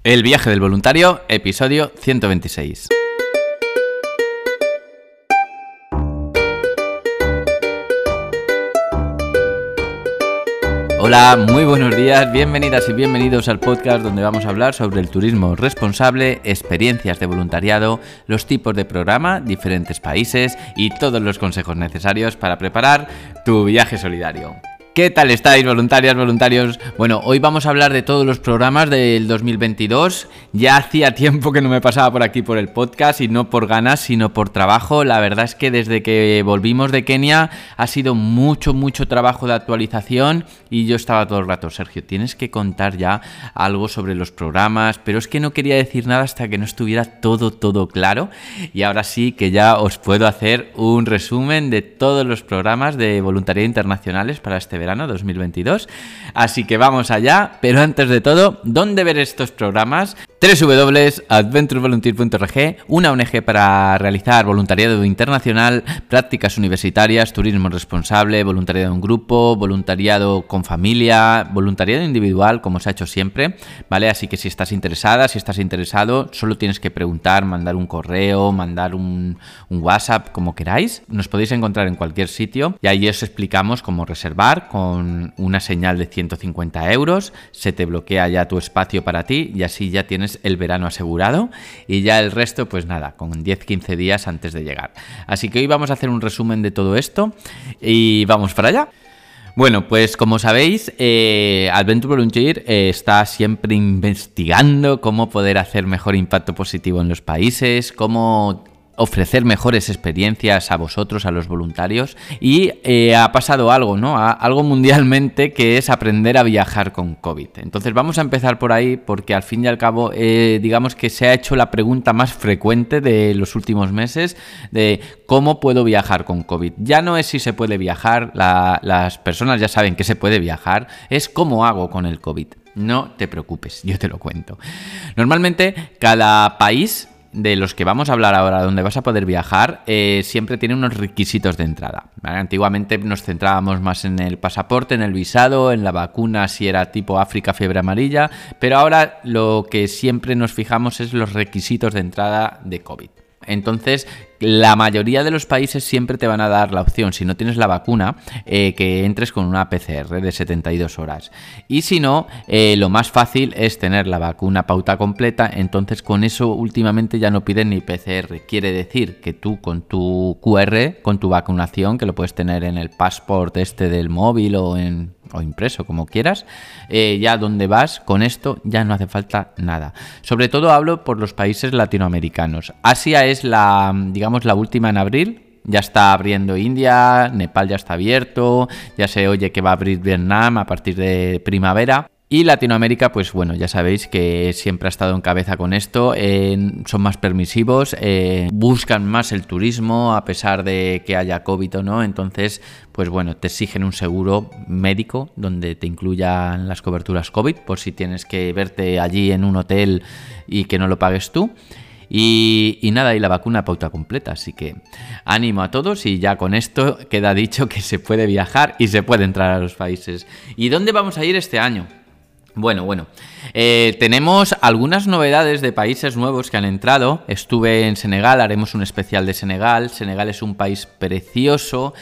El viaje del voluntario, episodio 126. Hola, muy buenos días, bienvenidas y bienvenidos al podcast donde vamos a hablar sobre el turismo responsable, experiencias de voluntariado, los tipos de programa, diferentes países y todos los consejos necesarios para preparar tu viaje solidario. ¿Qué tal estáis, voluntarias, voluntarios? Bueno, hoy vamos a hablar de todos los programas del 2022. Ya hacía tiempo que no me pasaba por aquí por el podcast y no por ganas, sino por trabajo. La verdad es que desde que volvimos de Kenia ha sido mucho trabajo de actualización y yo estaba todo el rato, Sergio, tienes que contar ya algo sobre los programas, pero es que no quería decir nada hasta que no estuviera todo claro. Y ahora sí que ya os puedo hacer un resumen de todos los programas de voluntariado internacionales para este verano 2022, así que vamos allá. Pero antes de todo, ¿dónde ver estos programas? www.adventurevolunteer.org, una ONG para realizar voluntariado internacional, prácticas universitarias, turismo responsable, voluntariado en grupo, voluntariado con familia, voluntariado individual, como se ha hecho siempre, ¿vale? Así que si estás interesada, si estás interesado, solo tienes que preguntar, mandar un correo, mandar un WhatsApp, como queráis. Nos podéis encontrar en cualquier sitio y ahí os explicamos cómo reservar con una señal de 150 euros, se te bloquea ya tu espacio para ti y así ya tienes el verano asegurado y ya el resto pues nada, con 10-15 días antes de llegar. Así que hoy vamos a hacer un resumen de todo esto y vamos para allá. Bueno, pues como sabéis, Adventure Volunteer está siempre investigando cómo poder hacer mejor impacto positivo en los países, cómo ofrecer mejores experiencias a vosotros, a los voluntarios, y ha pasado algo, ¿no? Algo mundialmente, que es aprender a viajar con COVID. Entonces vamos a empezar por ahí porque al fin y al cabo digamos que se ha hecho la pregunta más frecuente de los últimos meses de cómo puedo viajar con COVID. Ya no es si se puede viajar, las personas ya saben que se puede viajar, es cómo hago con el COVID. No te preocupes, yo te lo cuento. Normalmente cada país de los que vamos a hablar ahora, donde vas a poder viajar, siempre tiene unos requisitos de entrada, ¿vale? Antiguamente nos centrábamos más en el pasaporte, en el visado, en la vacuna si era tipo África, fiebre amarilla, pero ahora lo que siempre nos fijamos es los requisitos de entrada de COVID. Entonces, la mayoría de los países siempre te van a dar la opción, si no tienes la vacuna, que entres con una PCR de 72 horas. Y si no, lo más fácil es tener la vacuna pauta completa. Entonces, con eso últimamente ya no piden ni PCR. Quiere decir que tú con tu QR, con tu vacunación, que lo puedes tener en el passport del móvil o impreso, como quieras, ya donde vas con esto ya no hace falta nada. Sobre todo hablo por los países latinoamericanos. Asia es la última en abril. Ya está abriendo India, Nepal ya está abierto, ya se oye que va a abrir Vietnam a partir de primavera. Y Latinoamérica, pues bueno, ya sabéis que siempre ha estado en cabeza con esto, son más permisivos, buscan más el turismo a pesar de que haya COVID o no. Entonces, pues bueno, te exigen un seguro médico donde te incluyan las coberturas COVID por si tienes que verte allí en un hotel y que no lo pagues tú. Y nada, y la vacuna pauta completa, así que ánimo a todos y ya con esto queda dicho que se puede viajar y se puede entrar a los países. ¿Y dónde vamos a ir este año? Bueno, tenemos algunas novedades de países nuevos que han entrado. Estuve en Senegal, haremos un especial de Senegal. Senegal es un país precioso.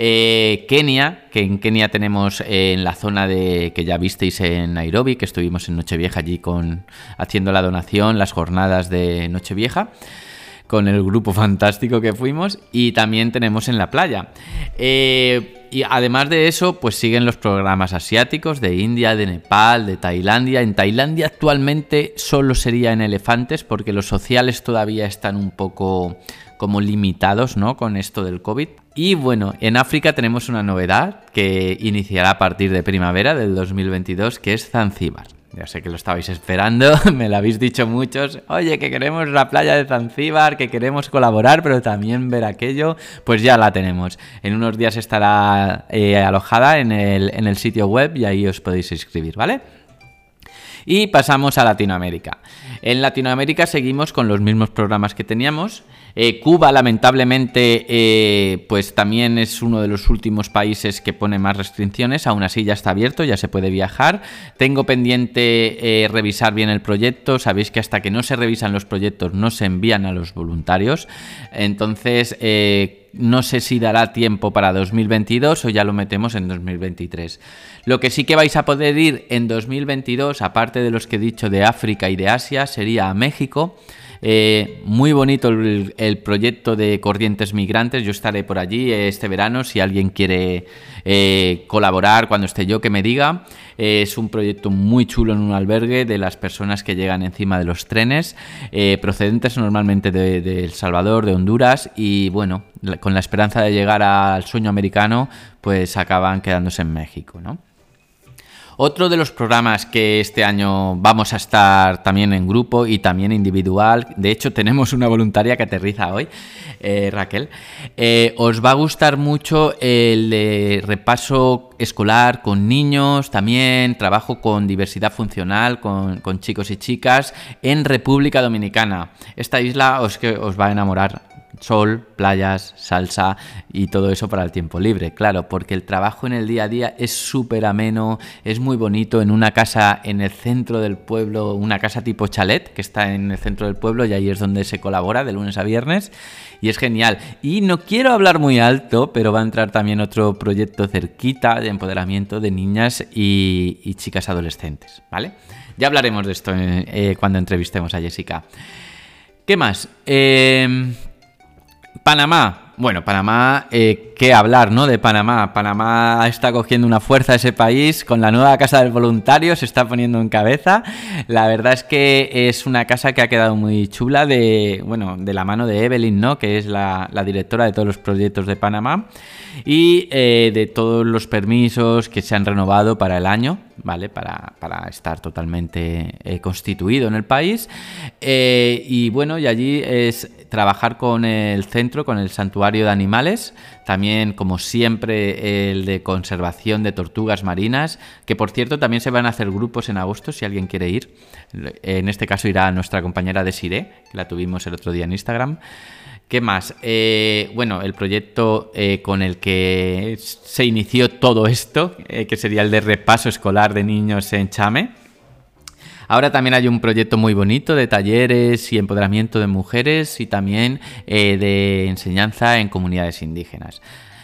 Kenia, que en Kenia tenemos en la zona que ya visteis en Nairobi, que estuvimos en Nochevieja allí haciendo la donación, las jornadas de Nochevieja, con el grupo fantástico que fuimos. Y también tenemos en la playa. Y además de eso, pues siguen los programas asiáticos de India, de Nepal, de Tailandia. En Tailandia actualmente solo sería en elefantes porque los sociales todavía están un poco como limitados, ¿no?, con esto del COVID. Y bueno, en África tenemos una novedad que iniciará a partir de primavera del 2022, que es Zanzíbar. Ya sé que lo estabais esperando, me lo habéis dicho muchos. Oye, que queremos la playa de Zanzíbar, que queremos colaborar, pero también ver aquello. Pues ya la tenemos. En unos días estará alojada en el sitio web y ahí os podéis inscribir, ¿vale? Y pasamos a Latinoamérica. En Latinoamérica seguimos con los mismos programas que teníamos. Cuba, lamentablemente, pues también es uno de los últimos países que pone más restricciones. Aún así ya está abierto, ya se puede viajar. Tengo pendiente revisar bien el proyecto. Sabéis que hasta que no se revisan los proyectos no se envían a los voluntarios. Entonces, no sé si dará tiempo para 2022 o ya lo metemos en 2023. Lo que sí que vais a poder ir en 2022, aparte de los que he dicho de África y de Asia, sería a México. Muy bonito el proyecto de Corrientes Migrantes. Yo estaré por allí este verano. Si alguien quiere colaborar cuando esté yo, que me diga. Es un proyecto muy chulo en un albergue de las personas que llegan encima de los trenes, procedentes normalmente de El Salvador, de Honduras, y bueno, con la esperanza de llegar al sueño americano, pues acaban quedándose en México, ¿no? Otro de los programas que este año vamos a estar también en grupo y también individual, de hecho tenemos una voluntaria que aterriza hoy, Raquel, os va a gustar mucho el de repaso escolar con niños, también trabajo con diversidad funcional, con chicos y chicas en República Dominicana. Esta isla os va a enamorar. Sol, playas, salsa y todo eso para el tiempo libre, claro, porque el trabajo en el día a día es súper ameno, es muy bonito, en una casa en el centro del pueblo, una casa tipo chalet que está en el centro del pueblo, y ahí es donde se colabora de lunes a viernes y es genial. Y no quiero hablar muy alto, pero va a entrar también otro proyecto cerquita de empoderamiento de niñas y chicas adolescentes, ¿vale? Ya hablaremos de esto cuando entrevistemos a Jessica. ¿Qué más? Panamá. Bueno, Panamá, ¿qué hablar, no? De Panamá. Panamá está cogiendo una fuerza ese país. Con la nueva Casa del Voluntario se está poniendo en cabeza. La verdad es que es una casa que ha quedado muy chula de la mano de Evelyn, ¿no? Que es la directora de todos los proyectos de Panamá. Y de todos los permisos que se han renovado para el año, ¿vale? Para estar totalmente constituido en el país. Y bueno, y allí es trabajar con el centro, con el santuario de animales. También, como siempre, el de conservación de tortugas marinas, que por cierto también se van a hacer grupos en agosto si alguien quiere ir. En este caso irá nuestra compañera Desiree, que la tuvimos el otro día en Instagram. ¿Qué más? El proyecto con el que se inició todo esto, que sería el de repaso escolar de niños en Chame. Ahora también hay un proyecto muy bonito de talleres y empoderamiento de mujeres y también de enseñanza en comunidades indígenas.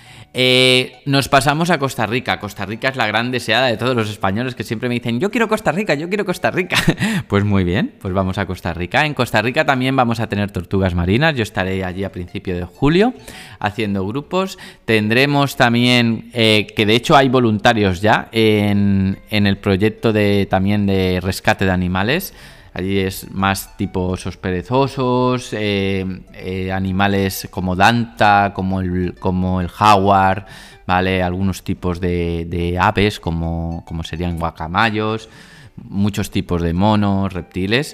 Nos pasamos a Costa Rica. Costa Rica es la gran deseada de todos los españoles que siempre me dicen yo quiero Costa Rica, yo quiero Costa Rica. Pues muy bien, pues vamos a Costa Rica. En Costa Rica también vamos a tener tortugas marinas. Yo estaré allí a principio de julio haciendo grupos. Tendremos también, que de hecho hay voluntarios ya en el proyecto también de rescate de animales. Allí es más tipo osos perezosos, animales como danta, como el jaguar, ¿vale? Algunos tipos de aves como serían guacamayos, muchos tipos de monos, reptiles.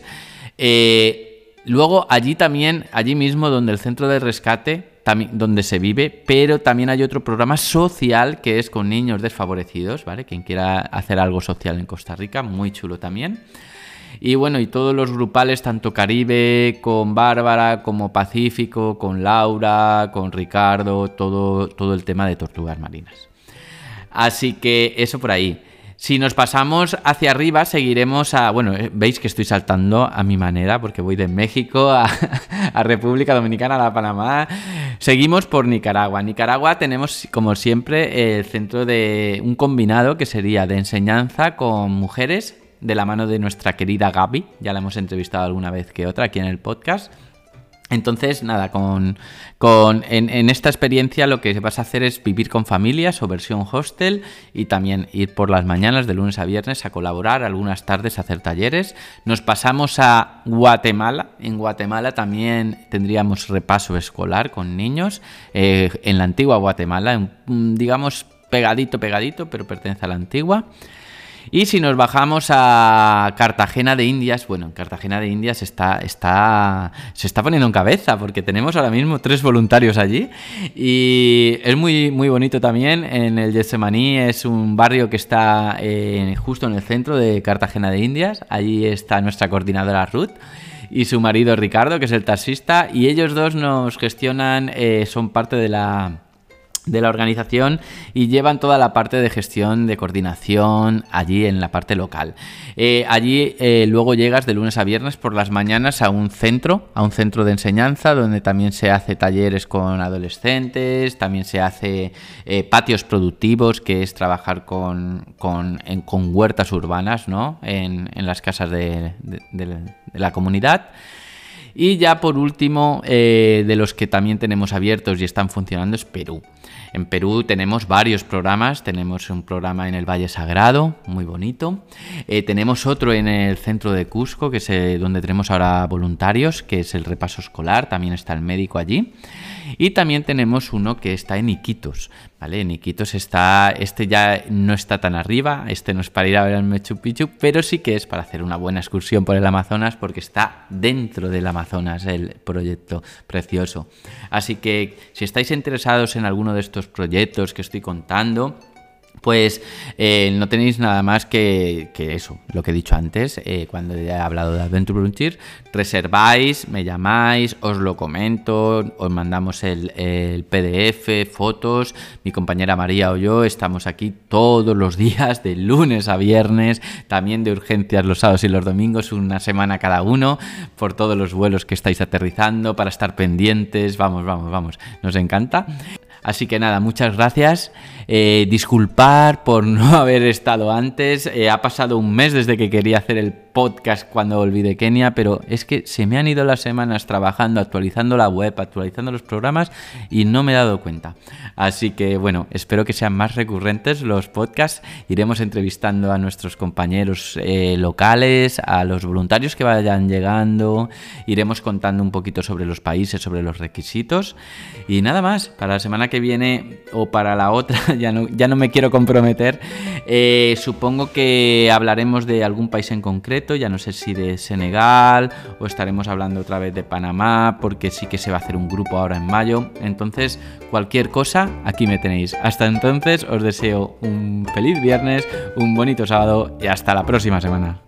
Luego allí mismo donde el centro de rescate, donde se vive, pero también hay otro programa social que es con niños desfavorecidos, ¿vale? Quien quiera hacer algo social en Costa Rica, muy chulo también. Y bueno, y todos los grupales, tanto Caribe, con Bárbara, como Pacífico, con Laura, con Ricardo, todo el tema de tortugas marinas. Así que eso por ahí. Si nos pasamos hacia arriba, seguiremos veis que estoy saltando a mi manera, porque voy de México a República Dominicana, a Panamá. Seguimos por Nicaragua. En Nicaragua tenemos, como siempre, el centro de un combinado que sería de enseñanza con mujeres, de la mano de nuestra querida Gaby. Ya la hemos entrevistado alguna vez que otra aquí en el podcast. Entonces, nada, en esta experiencia lo que vas a hacer es vivir con familias o versión hostel y también ir por las mañanas de lunes a viernes a colaborar, algunas tardes a hacer talleres. Nos pasamos a Guatemala. En Guatemala también tendríamos repaso escolar con niños. En la antigua Guatemala, digamos pegadito, pero pertenece a la antigua. Y si nos bajamos a Cartagena de Indias, bueno, en Cartagena de Indias se está poniendo en cabeza porque tenemos ahora mismo 3 voluntarios allí y es muy, muy bonito también. En el Getsemaní es un barrio que está justo en el centro de Cartagena de Indias. Allí está nuestra coordinadora Ruth y su marido Ricardo, que es el taxista, y ellos dos nos gestionan, son parte de la organización y llevan toda la parte de gestión, de coordinación allí en la parte local. Allí luego llegas de lunes a viernes por las mañanas a un centro de enseñanza donde también se hace talleres con adolescentes, también se hace patios productivos, que es trabajar con huertas urbanas, ¿no? en las casas de la comunidad. Y ya por último, de los que también tenemos abiertos y están funcionando es Perú. En Perú tenemos varios programas, tenemos un programa en el Valle Sagrado, muy bonito. Tenemos otro en el centro de Cusco, que es donde tenemos ahora voluntarios, que es el repaso escolar, también está el médico allí. Y también tenemos uno que está en Iquitos, ¿vale? En Iquitos este ya no está tan arriba, este no es para ir a ver el Machu Picchu, pero sí que es para hacer una buena excursión por el Amazonas porque está dentro del Amazonas el proyecto, precioso. Así que si estáis interesados en alguno de estos proyectos que estoy contando, pues no tenéis nada más que eso, lo que he dicho antes, cuando he hablado de Adventure Volunteer, reserváis, me llamáis, os lo comento, os mandamos el PDF, fotos, mi compañera María o yo estamos aquí todos los días, de lunes a viernes, también de urgencias los sábados y los domingos, una semana cada uno, por todos los vuelos que estáis aterrizando, para estar pendientes, vamos, nos encanta. Así que nada, muchas gracias. Disculpar por no haber estado antes. Ha pasado un mes desde que quería hacer el podcast cuando volví de Kenia, pero es que se me han ido las semanas trabajando, actualizando la web, actualizando los programas y no me he dado cuenta. Así que bueno, espero que sean más recurrentes los podcasts. Iremos entrevistando a nuestros compañeros locales, a los voluntarios que vayan llegando. Iremos contando un poquito sobre los países, sobre los requisitos. Y nada más, para la semana que viene o para la otra, ya no me quiero comprometer. Supongo que hablaremos de algún país en concreto, ya no sé si de Senegal o estaremos hablando otra vez de Panamá, porque sí que se va a hacer un grupo ahora en mayo. Entonces, cualquier cosa, aquí me tenéis. Hasta entonces, os deseo un feliz viernes, un bonito sábado y hasta la próxima semana.